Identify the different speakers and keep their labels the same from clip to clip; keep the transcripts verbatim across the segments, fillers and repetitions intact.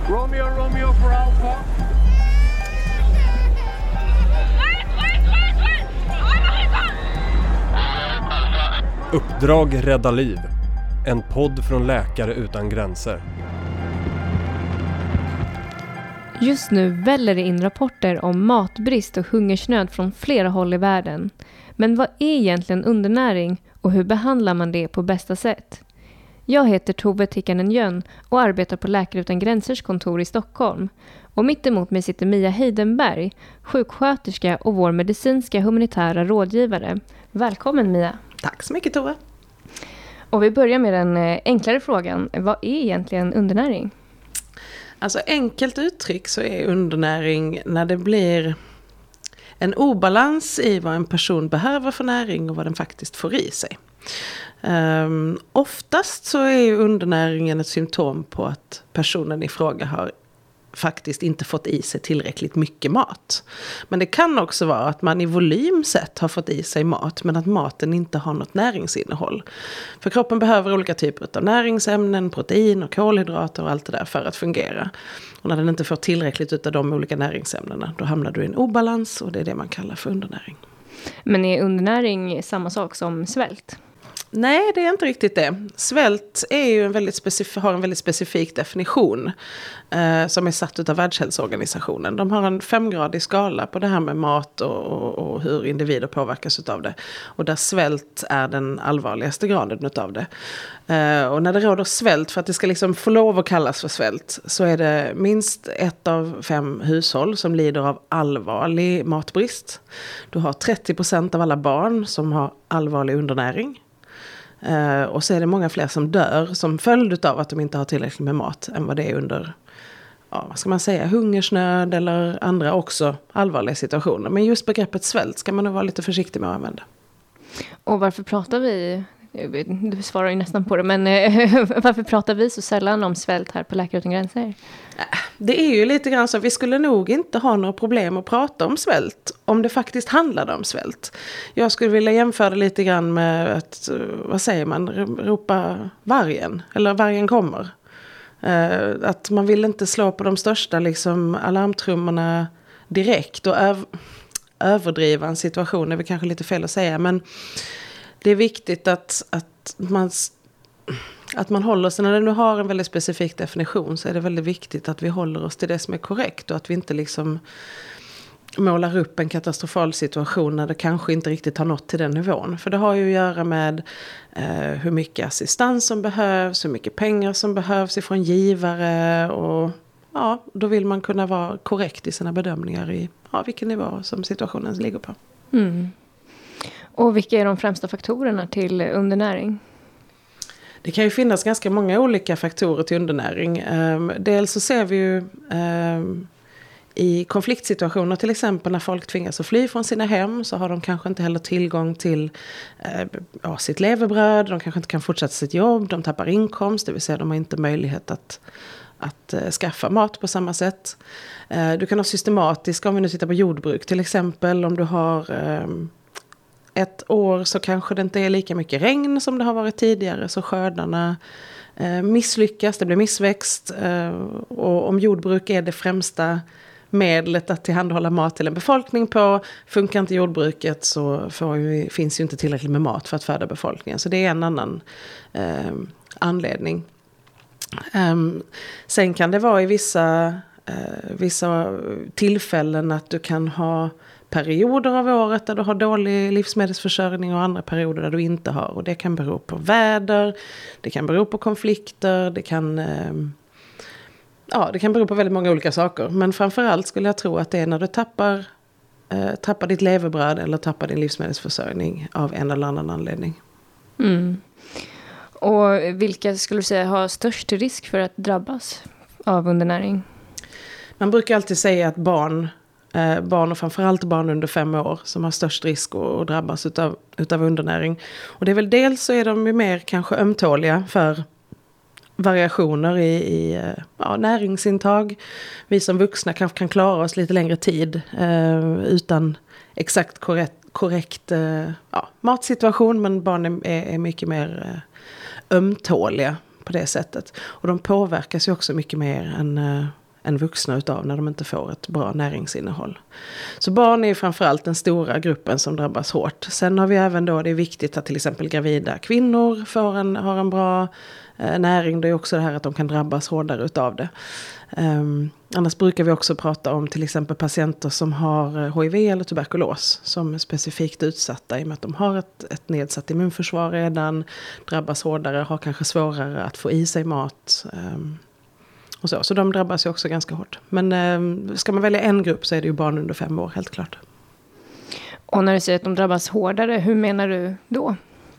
Speaker 1: Romeo, Romeo for Alpha.
Speaker 2: Uppdrag rädda liv. En podd från Läkare utan gränser.
Speaker 3: Just nu väller det in rapporter om matbrist och hungersnöd från flera håll i världen. Men vad är egentligen undernäring och hur behandlar man det på bästa sätt? Jag heter Tove Tikkanen Jön och arbetar på Läkare utan gränsers kontor i Stockholm. Och mitt emot mig sitter Mia Heidenberg, sjuksköterska och vår medicinska humanitära rådgivare. Välkommen Mia.
Speaker 4: Tack så mycket Tove.
Speaker 3: Och vi börjar med den enklare frågan. Vad är egentligen undernäring?
Speaker 4: Alltså enkelt uttryck så är undernäring när det blir en obalans i vad en person behöver för näring och vad den faktiskt får i sig. Um, oftast så är ju undernäringen ett symptom på att personen i fråga har faktiskt inte fått i sig tillräckligt mycket mat. Men det kan också vara att man i volym sett har fått i sig mat men att maten inte har något näringsinnehåll. För kroppen behöver olika typer av näringsämnen, protein och kolhydrater och allt det där för att fungera. Och när den inte får tillräckligt av de olika näringsämnena då hamnar du i en obalans och det är det man kallar för undernäring.
Speaker 3: Men är undernäring samma sak som svält?
Speaker 4: Nej, det är inte riktigt det. Svält är ju en väldigt specif- har en väldigt specifik definition eh, som är satt av Världshälsoorganisationen. De har en femgradig skala på det här med mat och, och, och hur individer påverkas utav det. Och där svält är den allvarligaste graden utav det. Eh, och när det råder svält, för att det ska liksom få lov att kallas för svält, så är det minst ett av fem hushåll som lider av allvarlig matbrist. Du har trettio procent av alla barn som har allvarlig undernäring. Uh, och så är det många fler som dör som följd av att de inte har tillräckligt med mat än vad det är under, ja, vad ska man säga, hungersnöd eller andra också allvarliga situationer. Men just begreppet svält ska man nog vara lite försiktig med att använda.
Speaker 3: Och varför pratar vi, du svarar ju nästan på det, men varför pratar vi så sällan om svält här på Läkare utan gränser?
Speaker 4: Det är ju lite grann så att vi skulle nog inte ha några problem att prata om svält om det faktiskt handlade om svält. Jag skulle vilja jämföra det lite grann med att, vad säger man, ropa vargen, eller vargen kommer. Att man vill inte slå på de största liksom, alarmtrummorna direkt och öv- överdriva en situation, det är väl kanske lite fel att säga, men det är viktigt att, att man... Att man håller sig, när det nu har en väldigt specifik definition så är det väldigt viktigt att vi håller oss till det som är korrekt och att vi inte liksom målar upp en katastrofal situation när det kanske inte riktigt har nått till den nivån. För det har ju att göra med eh, hur mycket assistans som behövs, hur mycket pengar som behövs ifrån givare och ja, då vill man kunna vara korrekt i sina bedömningar i ja, vilken nivå som situationen ligger på.
Speaker 3: Mm. Och vilka är de främsta faktorerna till undernäring?
Speaker 4: Det kan ju finnas ganska många olika faktorer till undernäring. Um, dels så ser vi ju um, i konfliktsituationer till exempel när folk tvingas att fly från sina hem så har de kanske inte heller tillgång till uh, ja, sitt levebröd. De kanske inte kan fortsätta sitt jobb. De tappar inkomst, det vill säga de har inte möjlighet att, att uh, skaffa mat på samma sätt. Uh, du kan ha systematiska, om vi nu tittar på jordbruk till exempel, om du har... Um, Ett år så kanske det inte är lika mycket regn som det har varit tidigare. Så skördarna eh, misslyckas, det blir missväxt. Eh, och om jordbruk är det främsta medlet att tillhandahålla mat till en befolkning på. Funkar inte jordbruket så får ju, finns ju inte tillräckligt med mat för att föda befolkningen. Så det är en annan eh, anledning. Um, sen kan det vara i vissa, eh, vissa tillfällen att du kan ha... perioder av året där du har dålig livsmedelsförsörjning och andra perioder där du inte har. Och det kan bero på väder, det kan bero på konflikter, det kan, eh, ja, det kan bero på väldigt många olika saker. Men framförallt skulle jag tro att det är när du tappar, eh, tappar ditt levebröd eller tappar din livsmedelsförsörjning av en eller annan anledning.
Speaker 3: Mm. Och vilka skulle du säga har störst risk för att drabbas av undernäring?
Speaker 4: Man brukar alltid säga att barn... Eh, barn och framförallt barn under fem år som har störst risk att, att drabbas utav, utav undernäring. Och det är väl dels så är de ju mer kanske ömtåliga för variationer i, i ja, näringsintag. Vi som vuxna kanske kan klara oss lite längre tid eh, utan exakt korrekt, korrekt eh, ja, matsituation, men barn är, är mycket mer eh, ömtåliga på det sättet. Och de påverkas ju också mycket mer än, äh, än vuxna utav när de inte får ett bra näringsinnehåll. Så barn är ju framförallt den stora gruppen som drabbas hårt. Sen har vi även då, det är viktigt att till exempel gravida kvinnor får en, har en bra äh, näring. Det är också det här att de kan drabbas hårdare utav det. Um, annars brukar vi också prata om till exempel patienter som har H I V eller tuberkulos som är specifikt utsatta i och med att de har ett, ett nedsatt immunförsvar redan, drabbas hårdare, har kanske svårare att få i sig mat um, och så. Så de drabbas ju också ganska hårt. Men um, ska man välja en grupp så är det ju barn under fem år, helt klart.
Speaker 3: Och när du säger att de drabbas hårdare, hur menar du då?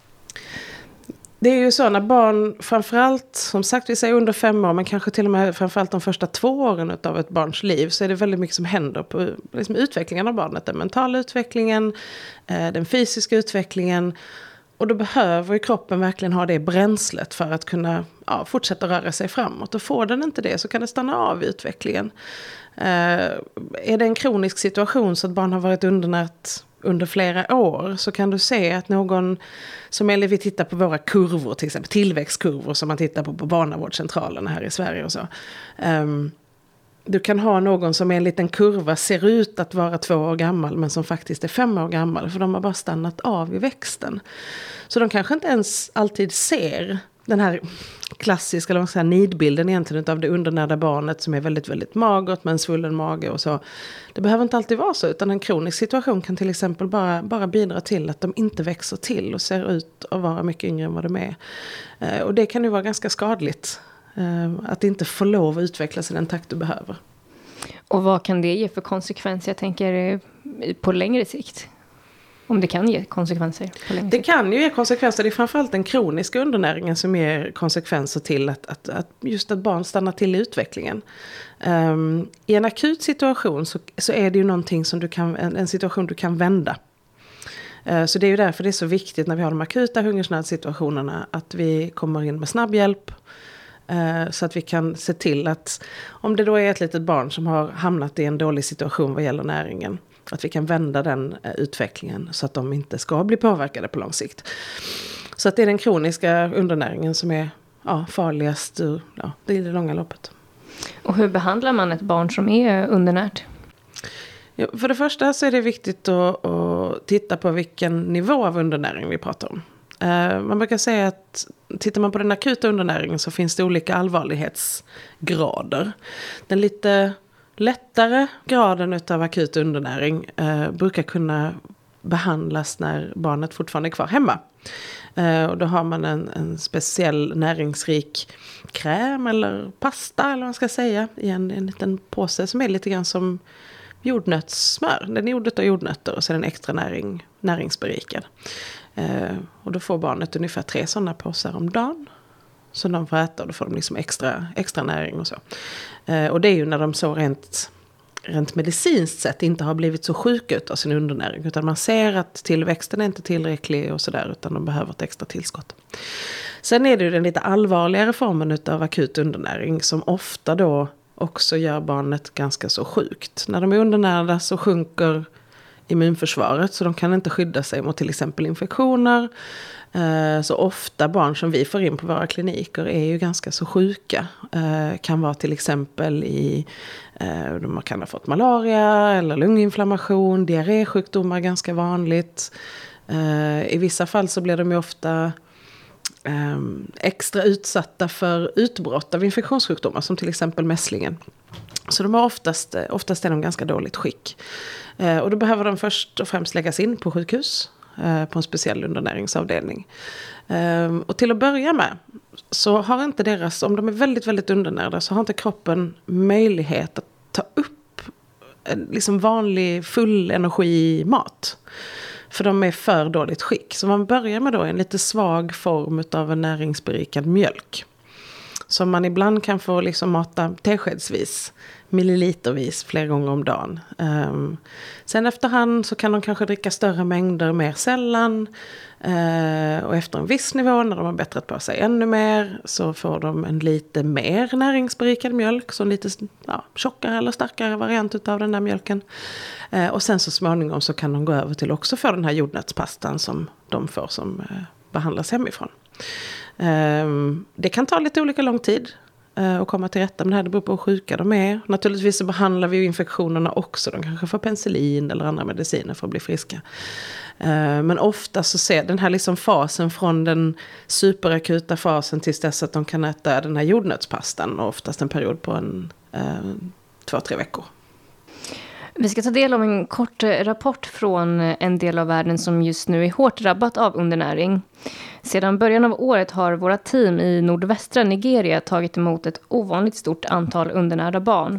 Speaker 4: Det är ju så när barn, framförallt, som sagt vi säger under fem år, men kanske till och med framförallt de första två åren av ett barns liv, så är det väldigt mycket som händer på liksom, utvecklingen av barnet. Den mentala utvecklingen, eh, den fysiska utvecklingen. Och då behöver ju kroppen verkligen ha det bränslet för att kunna ja, fortsätta röra sig framåt. Och får den inte det så kan det stanna av i utvecklingen. Eh, är det en kronisk situation så att barn har varit undernärt under flera år, så kan du se att någon som, eller vi tittar på våra kurvor, till exempel tillväxtkurvor som man tittar på på barnavårdscentralerna här i Sverige och så. Um, du kan ha någon som är en liten kurva, ser ut att vara två år gammal men som faktiskt är fem år gammal, för de har bara stannat av i växten. Så de kanske inte ens alltid ser den här klassiska, eller vad ska jag säga, nidbilden egentligen av det undernärda barnet som är väldigt, väldigt magert med en svullen mage och så. Det behöver inte alltid vara så, utan en kronisk situation kan till exempel bara, bara bidra till att de inte växer till och ser ut att vara mycket yngre än vad de är. Eh, och det kan ju vara ganska skadligt eh, att inte få lov att utvecklas i den takt du behöver.
Speaker 3: Och vad kan det ge för konsekvenser? Jag tänker på längre sikt. Om det kan ge konsekvenser på längre
Speaker 4: Det
Speaker 3: sikt.
Speaker 4: kan ju ge konsekvenser. Det är framförallt den kroniska undernäringen som ger konsekvenser till att, att, att just att barn stannar till i utvecklingen. Um, I en akut situation så, så är det ju någonting som du kan, en, en situation du kan vända. Uh, så det är ju därför det är så viktigt när vi har de akuta hungersnödssituationerna att vi kommer in med snabb hjälp. Uh, så att vi kan se till att om det då är ett litet barn som har hamnat i en dålig situation vad gäller näringen, att vi kan vända den uh, utvecklingen så att de inte ska bli påverkade på lång sikt. Så att det är den kroniska undernäringen som är ja, farligast ur, ja, det är det långa loppet.
Speaker 3: Och hur behandlar man ett barn som är undernärt?
Speaker 4: Ja, för det första så är det viktigt att, att titta på vilken nivå av undernäring vi pratar om. Uh, man brukar säga att tittar man på den akuta undernäringen så finns det olika allvarlighetsgrader. Den lite lättare graden utav akut undernäring uh, brukar kunna behandlas när barnet fortfarande är kvar hemma. Uh, och då har man en, en speciell näringsrik kräm eller pasta eller vad man ska säga i en, en liten påse som är lite grann som jordnötssmör. Den är gjord av jordnötter och så är den extra näring, näringsberikad. Uh, och då får barnet ungefär tre sådana påsar om dagen. Så de får äta och då får de liksom extra, extra näring och så. Uh, och det är ju när de så rent, rent medicinskt sett inte har blivit så sjuka av sin undernäring. Utan man ser att tillväxten är inte tillräcklig och sådär, utan de behöver ett extra tillskott. Sen är det ju den lite allvarligare formen av akut undernäring som ofta då också gör barnet ganska så sjukt. När de är undernärda så sjunker immunförsvaret så de kan inte skydda sig mot till exempel infektioner. Så ofta barn som vi får in på våra kliniker är ju ganska så sjuka. Kan vara till exempel i, de kan ha fått malaria eller lunginflammation, diarrésjukdomar ganska vanligt. I vissa fall så blir de ju ofta extra utsatta för utbrott av infektionssjukdomar som till exempel mässlingen. Så de har oftast, oftast är de ganska dåligt skick. Eh, och då behöver de först och främst läggas in på sjukhus. Eh, på en speciell undernäringsavdelning. Eh, och till att börja med så har inte deras, om de är väldigt väldigt undernärda så har inte kroppen möjlighet att ta upp en liksom vanlig full energi mat. För de är för dåligt skick. Så man börjar med då en lite svag form av en näringsberikad mjölk. Som man ibland kan få liksom mata teskedsvis, millilitervis flera gånger om dagen. Um, sen efterhand så kan de kanske dricka större mängder mer sällan. Uh, och efter en viss nivå, när de har bättrat på sig ännu mer, så får de en lite mer näringsberikad mjölk. Så en lite ja, tjockare eller starkare variant av den där mjölken. Uh, och sen så småningom så kan de gå över till också få den här jordnötspastan som de får som uh, behandlas hemifrån. Um, det kan ta lite olika lång tid uh, att komma till rätta med det här. Det beror på hur sjuka de är. Naturligtvis så behandlar vi ju infektionerna också. De kanske får penicillin eller andra mediciner för att bli friska. Uh, men ofta så ser den här liksom fasen från den superakuta fasen tills dess att de kan äta den här jordnötspastan. Och oftast en period på en uh, två, tre veckor.
Speaker 3: Vi ska ta del av en kort rapport från en del av världen som just nu är hårt drabbat av undernäring. Sedan början av året har våra team i nordvästra Nigeria tagit emot ett ovanligt stort antal undernärda barn.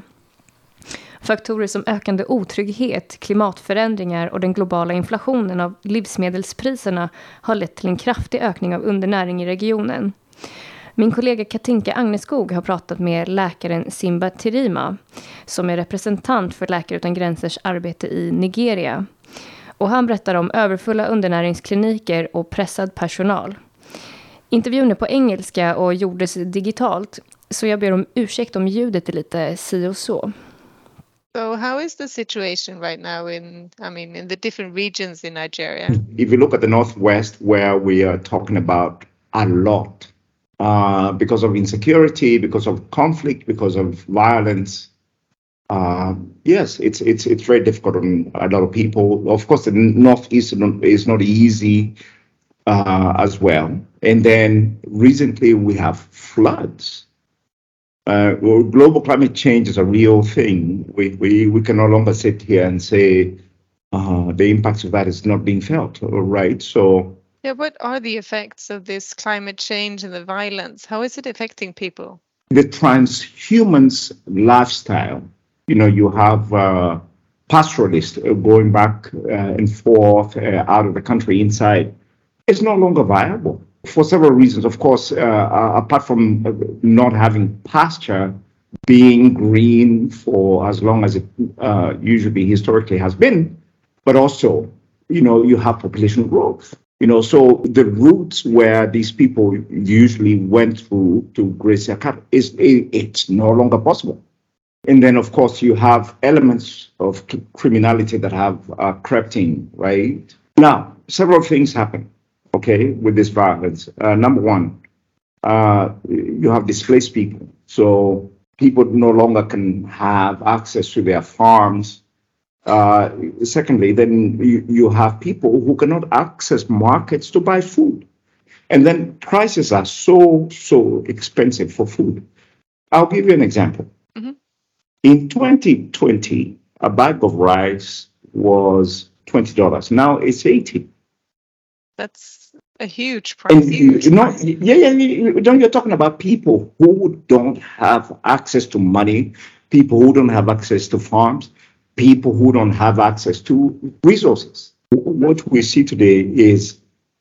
Speaker 3: Faktorer som ökande otrygghet, klimatförändringar och den globala inflationen av livsmedelspriserna har lett till en kraftig ökning av undernäring i regionen. Min kollega Katinka Agneskog har pratat med läkaren Simba Tirima som är representant för Läkare utan gränsers arbete i Nigeria. Och han berättar om överfulla undernäringskliniker och pressad personal. Intervjun är på engelska och gjordes digitalt, så jag ber om ursäkt om ljudet är lite si och så.
Speaker 5: So how is the situation right now in, I mean, in the different regions in Nigeria?
Speaker 6: If you look at the Northwest, where we are talking about a lot, uh, because of insecurity, because of conflict, because of violence, uh, yes, it's it's it's very difficult on a lot of people. Of course, the Northeast is not easy uh, as well. And then recently we have floods. Uh, well, global climate change is a real thing. We we we can no longer sit here and say uh, the impacts of that is not being felt, right? So,
Speaker 5: yeah, what are the effects of this climate change and the violence? How is it affecting people?
Speaker 6: The transhumans lifestyle. You know, you have uh, pastoralists going back uh, and forth uh, out of the country inside. It's no longer viable. For several reasons, of course, uh, apart from not having pasture, being green for as long as it uh, usually historically has been, but also, you know, you have population growth. You know, so the routes where these people usually went through to graze their cattle is it, it's no longer possible. And then, of course, you have elements of criminality that have uh, crept in, right? Now, several things happen. Okay, with this violence. Uh, number one, uh, you have displaced people. So people no longer can have access to their farms. Uh, secondly, then you, you have people who cannot access markets to buy food. And then prices are so, so expensive for food. I'll give you an example. Mm-hmm. In twenty twenty, a bag of rice was twenty dollars. Now it's eighty dollars.
Speaker 5: That's a huge price.
Speaker 6: And you, you know, yeah, yeah, you, don't you're talking about people who don't have access to money, people who don't have access to farms, people who don't have access to resources. What we see today is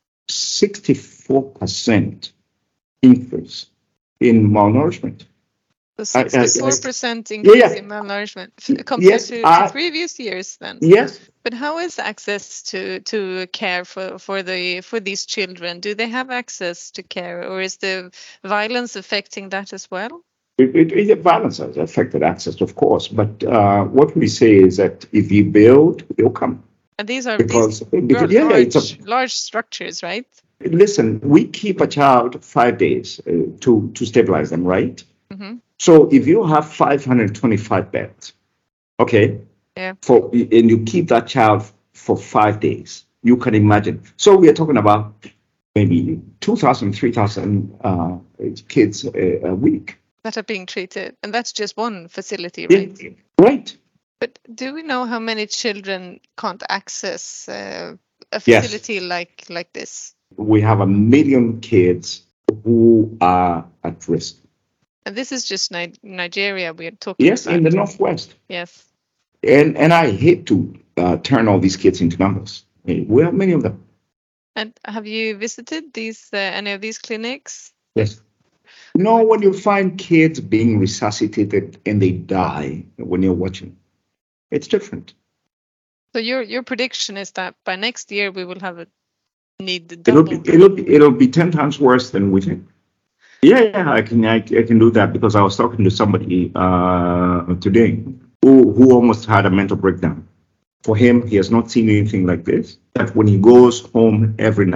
Speaker 6: sixty-four percent increase in malnourishment.
Speaker 5: So sixty-four percent increase
Speaker 6: yeah, yeah.
Speaker 5: in malnourishment compared
Speaker 6: yes,
Speaker 5: to,
Speaker 6: I,
Speaker 5: to previous years then?
Speaker 6: Yes.
Speaker 5: But how is access to, to care for, for the for these children? Do they have access to care, or is the violence affecting that as well?
Speaker 6: It, it, it, violence has affected access, of course. But uh, what we say is that if you build, you'll come.
Speaker 5: And these are
Speaker 6: because,
Speaker 5: these
Speaker 6: because,
Speaker 5: large,
Speaker 6: yeah, it's a,
Speaker 5: large structures, right?
Speaker 6: Listen, we keep a child five days uh, to, to stabilize them, right?
Speaker 5: Mm-hmm.
Speaker 6: So if you have five hundred twenty-five beds, okay,
Speaker 5: yeah,
Speaker 6: for and you keep that child for five days, you can imagine. So we are talking about maybe two thousand, three thousand uh, kids a, a week
Speaker 5: that are being treated, and that's just one facility, right?
Speaker 6: Yeah, right.
Speaker 5: But do we know how many children can't access uh, a facility
Speaker 6: yes.
Speaker 5: like like this?
Speaker 6: We have a million kids who are at risk.
Speaker 5: And this is just Ni- Nigeria we are talking
Speaker 6: yes,
Speaker 5: about.
Speaker 6: Yes, in the Northwest.
Speaker 5: Yes.
Speaker 6: And and I hate to uh, turn all these kids into numbers. I mean, we have many of them.
Speaker 5: And have you visited these uh, any of these clinics?
Speaker 6: Yes. No, when you find kids being resuscitated and they die when you're watching, it's different.
Speaker 5: So your your prediction is that by next year we will have a need the double.
Speaker 6: It'll be, it'll be, it'll be ten times worse than we think. Yeah, yeah, I can I, I can do that because I was talking to somebody uh, today who, who almost had a mental breakdown. For him, he has not seen anything like this. That when he goes home every night,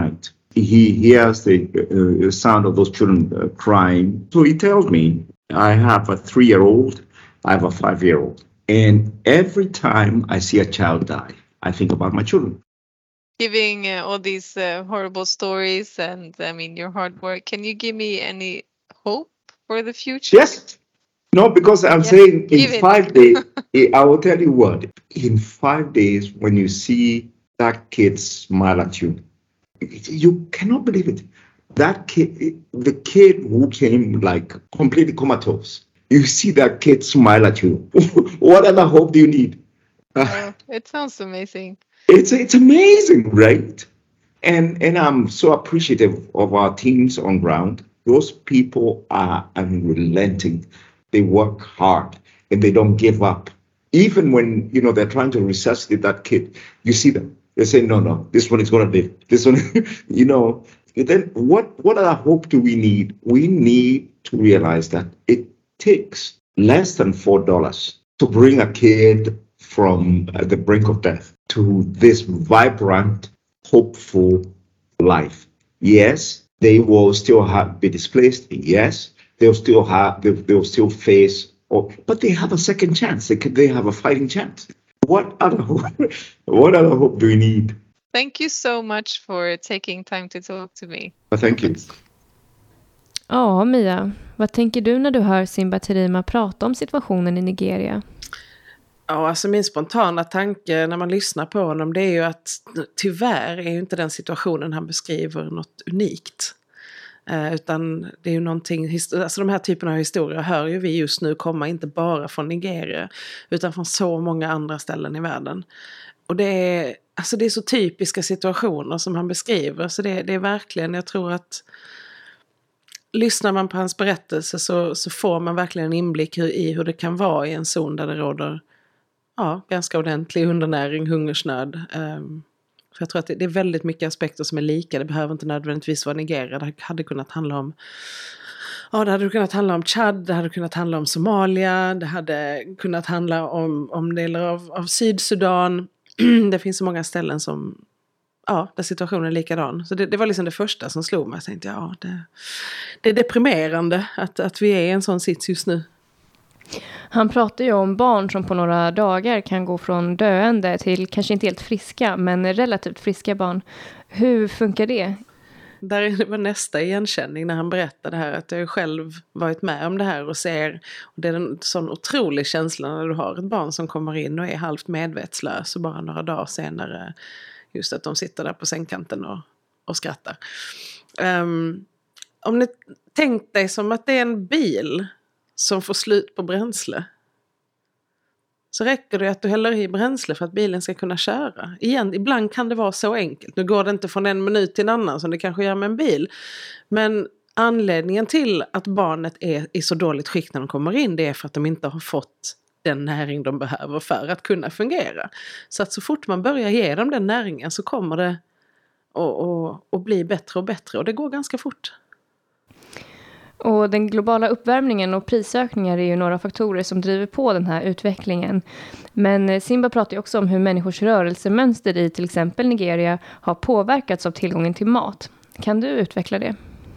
Speaker 6: he hears the uh, sound of those children uh, crying. So he tells me, I have a three-year-old, I have a five-year-old. And every time I see a child die, I think about my children.
Speaker 5: Giving uh, all these uh, horrible stories and, I mean, your hard work, can you give me any hope for the future?
Speaker 6: Yes. No, because I'm
Speaker 5: Yes,
Speaker 6: saying in
Speaker 5: give it.
Speaker 6: five days, I will tell you what, in five days, when you see that kid smile at you, you cannot believe it. That kid, the kid who came like completely comatose, you see that kid smile at you. What other hope do you need?
Speaker 5: Oh, it sounds amazing.
Speaker 6: It's it's amazing, right? And and I'm so appreciative of our teams on ground. Those people are unrelenting. They work hard and they don't give up. Even when, you know, they're trying to resuscitate that kid, you see them. They say, no, no, this one is going to live. This one, you know. Then what, what other hope do we need? We need to realize that it takes less than four dollars to bring a kid from uh, the brink of death to this vibrant, hopeful life. Yes, they will still have, be displaced. Yes, they'll still have, they'll, they'll still face, or, but they have a second chance. They can, they have a fighting chance. What other hope, what other hope do we need?
Speaker 5: Thank you so much for taking time to talk to me.
Speaker 6: Well, thank you.
Speaker 3: Ja, Mia, vad tänker du när du hör Simba Terima prata om situationen i Nigeria?
Speaker 4: Ja, alltså min spontana tanke när man lyssnar på honom, det är ju att tyvärr är ju inte den situationen han beskriver något unikt. Eh, utan det är ju någonting, alltså de här typerna av historier hör ju vi just nu komma inte bara från Nigeria utan från så många andra ställen i världen. Och det är, alltså det är så typiska situationer som han beskriver, så det, det är verkligen, jag tror att lyssnar man på hans berättelse så, så får man verkligen en inblick i hur det kan vara i en zon där det råder ja, ganska ordentlig undernäring, hungersnöd. Um, för jag tror att det, det är väldigt mycket aspekter som är lika. Det behöver inte nödvändigtvis vara Nigeria. Det hade kunnat handla om ja, det hade kunnat handla om Chad, det hade kunnat handla om Somalia, det hade kunnat handla om, om delar av, av Sydsudan. Det finns så många ställen som ja, där situationen är likadan. Så det, det var liksom det första som slog mig. Jag tänkte, ja, det, det är deprimerande att, att vi är i en sån sits just nu.
Speaker 3: Han pratar ju om barn som på några dagar kan gå från döende till kanske inte helt friska, men relativt friska barn. Hur funkar det?
Speaker 4: Där var nästa igenkänning när han berättade här att jag själv varit med om det här och ser, och det är en sån otrolig känsla när du har ett barn som kommer in och är halvt medvetslös och bara några dagar senare just att de sitter där på sängkanten och, och skrattar. Um, om ni tänkt dig som att det är en bil som får slut på bränsle, så räcker det att du häller i bränsle för att bilen ska kunna köra. Igen, ibland kan det vara så enkelt. Nu går det inte från en minut till en annan som det kanske gör med en bil. Men anledningen till att barnet är i så dåligt skick när de kommer in, det är för att de inte har fått den näring de behöver för att kunna fungera. Så att så fort man börjar ge dem den näringen så kommer det att, att, att bli bättre och bättre. Och det går ganska fort.
Speaker 3: Och den globala uppvärmningen och prisökningar är ju några faktorer som driver på den här utvecklingen. Men Simba pratar ju också om hur människors rörelsemönster i till exempel Nigeria har påverkats av tillgången till mat. Kan du utveckla det?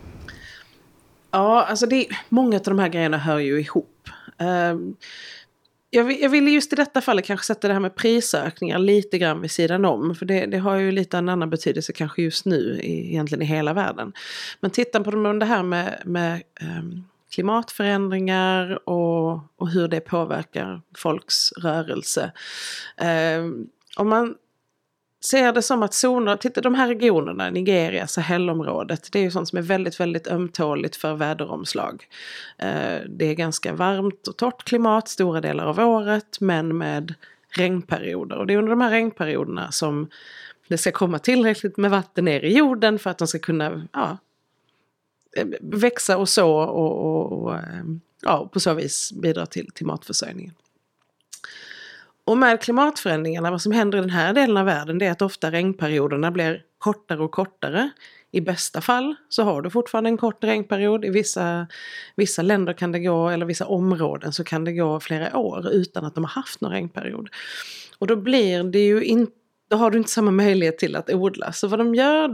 Speaker 4: Ja, alltså det, många av de här grejerna hör ju ihop. Um, jag, vill, jag vill just i detta fallet kanske sätta det här med prisökningar lite grann vid sidan om. För det, det har ju lite en annan betydelse kanske just nu i, egentligen i hela världen. Men titta på det här med, med um, klimatförändringar och, och hur det påverkar folks rörelse. Um, om man ser det som att zoner, titta de här regionerna, Nigeria, Sahelområdet, det är ju sånt som är väldigt, väldigt ömtåligt för väderomslag. Det är ganska varmt och torrt klimat stora delar av året, men med regnperioder. Och det är under de här regnperioderna som det ska komma tillräckligt med vatten ner i jorden för att de ska kunna ja, växa och så och, och, och ja, på så vis bidra till, till matförsörjningen. Och med klimatförändringarna, vad som händer i den här delen av världen, det är att ofta regnperioderna blir kortare och kortare. I bästa fall så har du fortfarande en kort regnperiod. I vissa, vissa länder kan det gå, eller vissa områden så kan det gå flera år utan att de har haft någon regnperiod. Och då blir det ju inte, då har du inte samma möjlighet till att odla. Så vad de gör då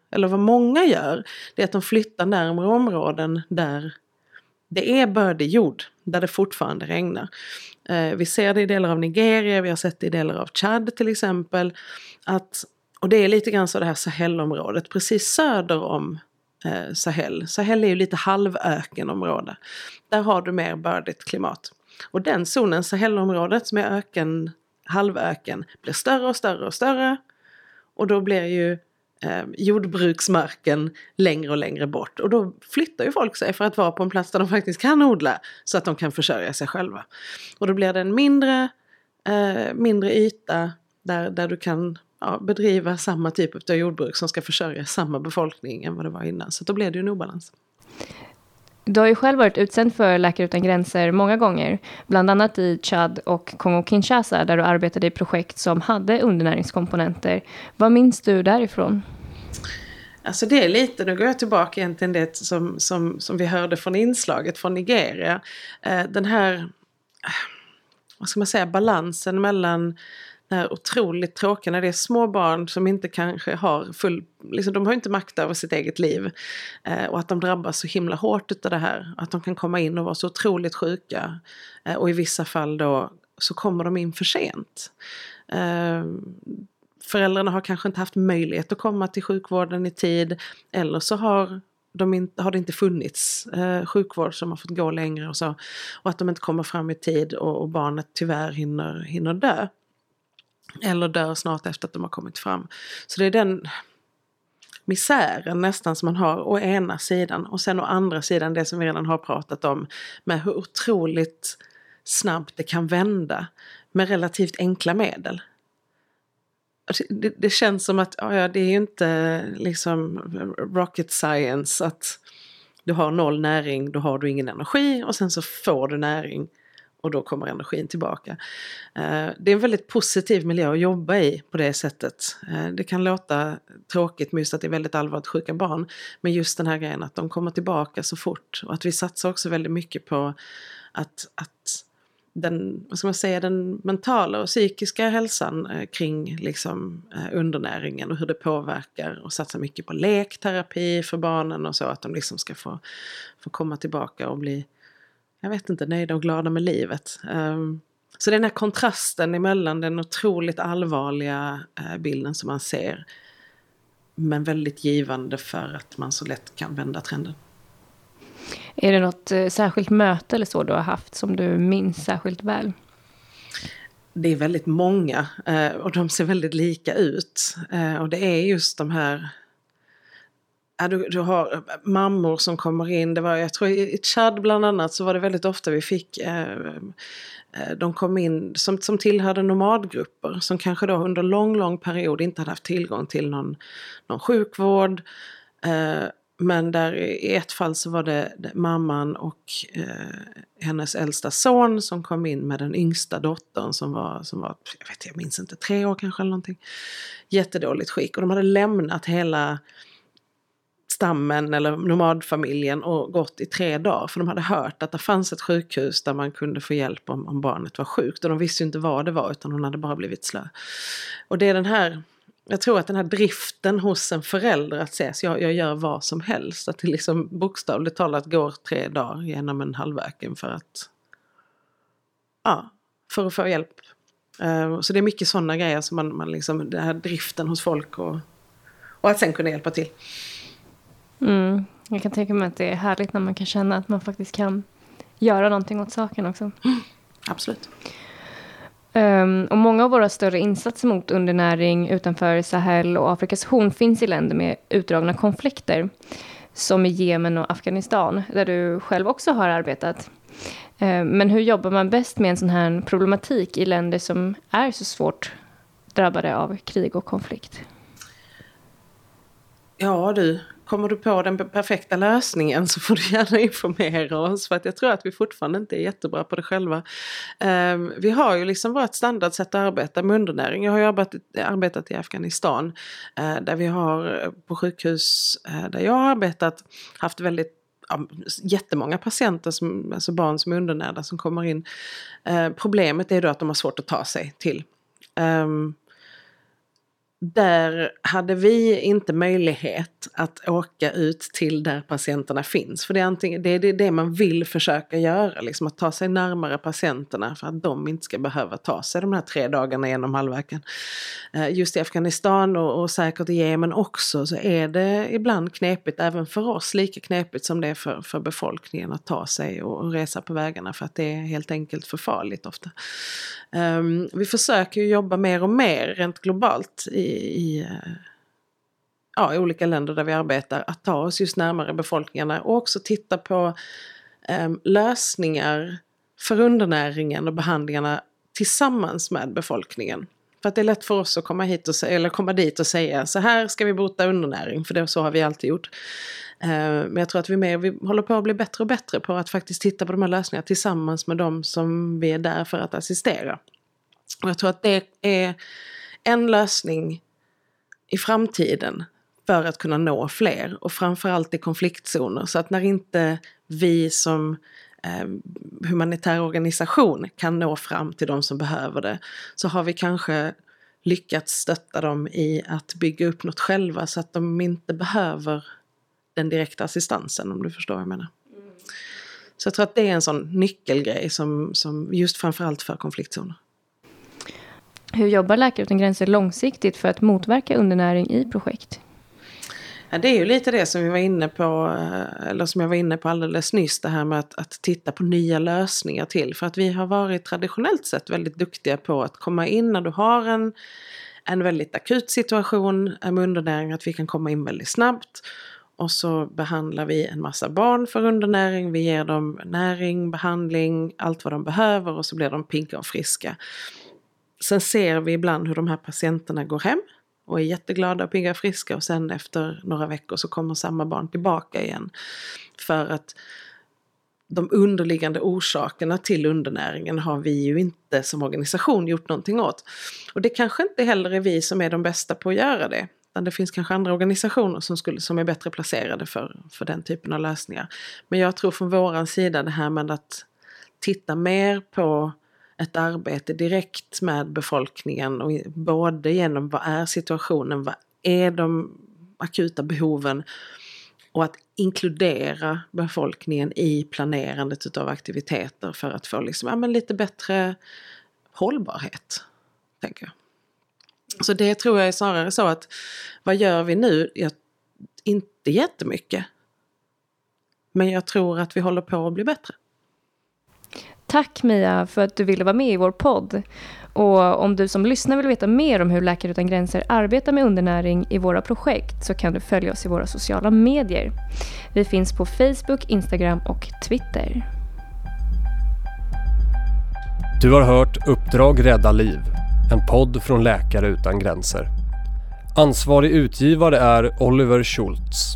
Speaker 4: eller vad många gör, det är att de flyttar närmare områden där det är bördig jord, där det fortfarande regnar. Eh, vi ser det i delar av Nigeria, vi har sett det i delar av Chad till exempel. Att, och det är lite grann så det här Sahelområdet, precis söder om eh, Sahel. Sahel är ju lite halvökenområde. Där har du mer bördigt klimat. Och den zonen, Sahelområdet som är öken, halvöken, blir större och större och större. Och då blir ju eh, jordbruksmarken längre och längre bort. Och då flyttar ju folk sig för att vara på en plats där de faktiskt kan odla. Så att de kan försörja sig själva. Och då blir det en mindre, eh, mindre yta där, där du kan ja, bedriva samma typ av jordbruk som ska försörja samma befolkning än vad det var innan. Så då blir det ju en obalans.
Speaker 3: Du har ju själv varit utsänd för Läkare utan gränser många gånger. Bland annat i Chad och Kongo-Kinshasa där du arbetade i projekt som hade undernäringskomponenter. Vad minns du därifrån?
Speaker 4: Alltså det är lite, nu går jag tillbaka egentligen det som, som, som vi hörde från inslaget från Nigeria. Eh, den här, vad ska man säga, balansen mellan det här otroligt tråkiga när det är små barn som inte kanske har full, liksom de har inte makt över sitt eget liv. Eh, och att de drabbas så himla hårt utav det här. Att de kan komma in och vara så otroligt sjuka. Eh, och i vissa fall då så kommer de in för sent. Eh, föräldrarna har kanske inte haft möjlighet att komma till sjukvården i tid. Eller så har, de in, har det inte funnits eh, sjukvård som har fått gå längre och så. Och att de inte kommer fram i tid och, och barnet tyvärr hinner, hinner dö. Eller dör snart efter att de har kommit fram. Så det är den misären nästan som man har å ena sidan. Och sen å andra sidan det som vi redan har pratat om. Med hur otroligt snabbt det kan vända. Med relativt enkla medel. Det, det känns som att ja, det är ju inte liksom rocket science. Att du har noll näring, då har du ingen energi. Och sen så får du näring. Och då kommer energin tillbaka. Det är en väldigt positiv miljö att jobba i på det sättet. Det kan låta tråkigt med just att det är väldigt allvarligt sjuka barn. Men just den här grejen att de kommer tillbaka så fort. Och att vi satsar också väldigt mycket på att, att den, vad ska man säga, den mentala och psykiska hälsan kring liksom undernäringen och hur det påverkar. Och satsar mycket på lekterapi för barnen och så. Att de liksom ska få, få komma tillbaka och bli, jag vet inte, nöjda och glada med livet. Um, så den här kontrasten emellan den otroligt allvarliga uh, bilden som man ser. Men väldigt givande för att man så lätt kan vända trenden.
Speaker 3: Är det något uh, särskilt möte eller så du har haft som du minns särskilt väl?
Speaker 4: Det är väldigt många uh, och de ser väldigt lika ut. Uh, och det är just de här... Du, du har mammor som kommer in. Det var, jag tror i Chad bland annat så var det väldigt ofta vi fick eh, de kom in som, som tillhörde nomadgrupper som kanske då under lång lång period inte hade haft tillgång till någon, någon sjukvård. Eh, men där i ett fall så var det, det mamman och eh, hennes äldsta son som kom in med den yngsta dottern som var, som var jag, vet, jag minns inte, tre år kanske eller någonting. Jättedåligt skick och de hade lämnat hela stammen eller nomadfamiljen och gått i tre dagar. För de hade hört att det fanns ett sjukhus där man kunde få hjälp om, om barnet var sjukt. Och de visste ju inte vad det var utan hon hade bara blivit slö. Och det är den här, jag tror att den här driften hos en förälder att säga att jag, jag gör vad som helst. Att det liksom bokstavligt talat går tre dagar genom en halvöken för att, ja, för att få hjälp. Uh, så det är mycket sådana grejer som man, man liksom, den här driften hos folk och, och att sen kunna hjälpa till.
Speaker 3: Mm. Jag kan tänka mig att det är härligt när man kan känna att man faktiskt kan göra någonting åt saken också.
Speaker 4: Mm, absolut.
Speaker 3: Um, och många av våra större insatser mot undernäring utanför Sahel och Afrikas horn finns i länder med utdragna konflikter. Som i Jemen och Afghanistan, där du själv också har arbetat. Uh, men hur jobbar man bäst med en sån här problematik i länder som är så svårt drabbade av krig och konflikt?
Speaker 4: Ja du, kommer du på den perfekta lösningen så får du gärna informera oss. För att jag tror att vi fortfarande inte är jättebra på det själva. Um, vi har ju liksom vårt standardsätt att arbeta med undernäring. Jag har ju arbetat, arbetat i Afghanistan. Uh, där vi har på sjukhus uh, där jag har arbetat haft väldigt ja, jättemånga patienter, som, alltså barn som är undernärda som kommer in. Uh, problemet är då att de har svårt att ta sig till. Um, där hade vi inte möjlighet att åka ut till där patienterna finns. För det är, antingen, det, är det, det man vill försöka göra, liksom att ta sig närmare patienterna för att de inte ska behöva ta sig de här tre dagarna genom halvverken. Just i Afghanistan och, och säkert i Jemen också så är det ibland knepigt, även för oss, lika knepigt som det är för, för befolkningen att ta sig och, och resa på vägarna för att det är helt enkelt för farligt ofta. Um, vi försöker ju jobba mer och mer rent globalt i, i, ja, i olika länder där vi arbetar att ta oss just närmare befolkningarna och också titta på um, lösningar för undernäringen och behandlingarna tillsammans med befolkningen. För att det är lätt för oss att komma hit och säga, eller komma dit och säga så här ska vi bota undernäring, för det så har vi alltid gjort. Uh, men jag tror att vi, med, vi håller på att bli bättre och bättre på att faktiskt titta på de här lösningarna tillsammans med de som vi är där för att assistera. Och jag tror att det är en lösning i framtiden för att kunna nå fler och framförallt i konfliktzoner. Så att när inte vi som eh, humanitär organisation kan nå fram till de som behöver det så har vi kanske lyckats stötta dem i att bygga upp något själva så att de inte behöver den direkta assistansen, om du förstår vad jag menar. Mm. Så jag tror att det är en sån nyckelgrej som, som just framförallt för konfliktzoner.
Speaker 3: Hur jobbar Läkare utan gränser långsiktigt för att motverka undernäring i projekt?
Speaker 4: Ja, det är ju lite det som vi var inne på, eller som jag var inne på alldeles nyss, det här med att, att titta på nya lösningar till. För att vi har varit traditionellt sett väldigt duktiga på att komma in när du har en, en väldigt akut situation med undernäring, att vi kan komma in väldigt snabbt. Och så behandlar vi en massa barn för undernäring, vi ger dem näring, behandling, allt vad de behöver och så blir de pigga och friska. Sen ser vi ibland hur de här patienterna går hem och är jätteglada och pigga och friska och sen efter några veckor så kommer samma barn tillbaka igen. För att de underliggande orsakerna till undernäringen har vi ju inte som organisation gjort någonting åt. Och det kanske inte heller är vi som är de bästa på att göra det. Utan det finns kanske andra organisationer som, skulle, som är bättre placerade för, för den typen av lösningar. Men jag tror från våran sida det här med att titta mer på ett arbete direkt med befolkningen och både genom vad är situationen, vad är de akuta behoven och att inkludera befolkningen i planerandet av aktiviteter för att få liksom, ja, men lite bättre hållbarhet, tänker jag. Så det tror jag är snarare så att vad gör vi nu? Jag, inte jättemycket. Men jag tror att vi håller på att bli bättre.
Speaker 3: Tack Mia för att du ville vara med i vår podd. Och om du som lyssnar vill veta mer om hur Läkare utan gränser arbetar med undernäring i våra projekt så kan du följa oss i våra sociala medier. Vi finns på Facebook, Instagram och Twitter.
Speaker 2: Du har hört Uppdrag rädda liv, en podd från Läkare utan gränser. Ansvarig utgivare är Oliver Schultz.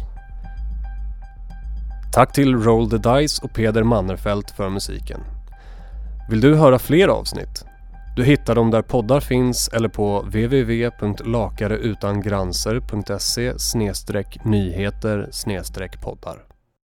Speaker 2: Tack till Roll the Dice och Peder Mannerfelt för musiken. Vill du höra fler avsnitt? Du hittar dem där poddar finns eller på w w w punkt lakareutangränser punkt se slash nyheter slash poddar.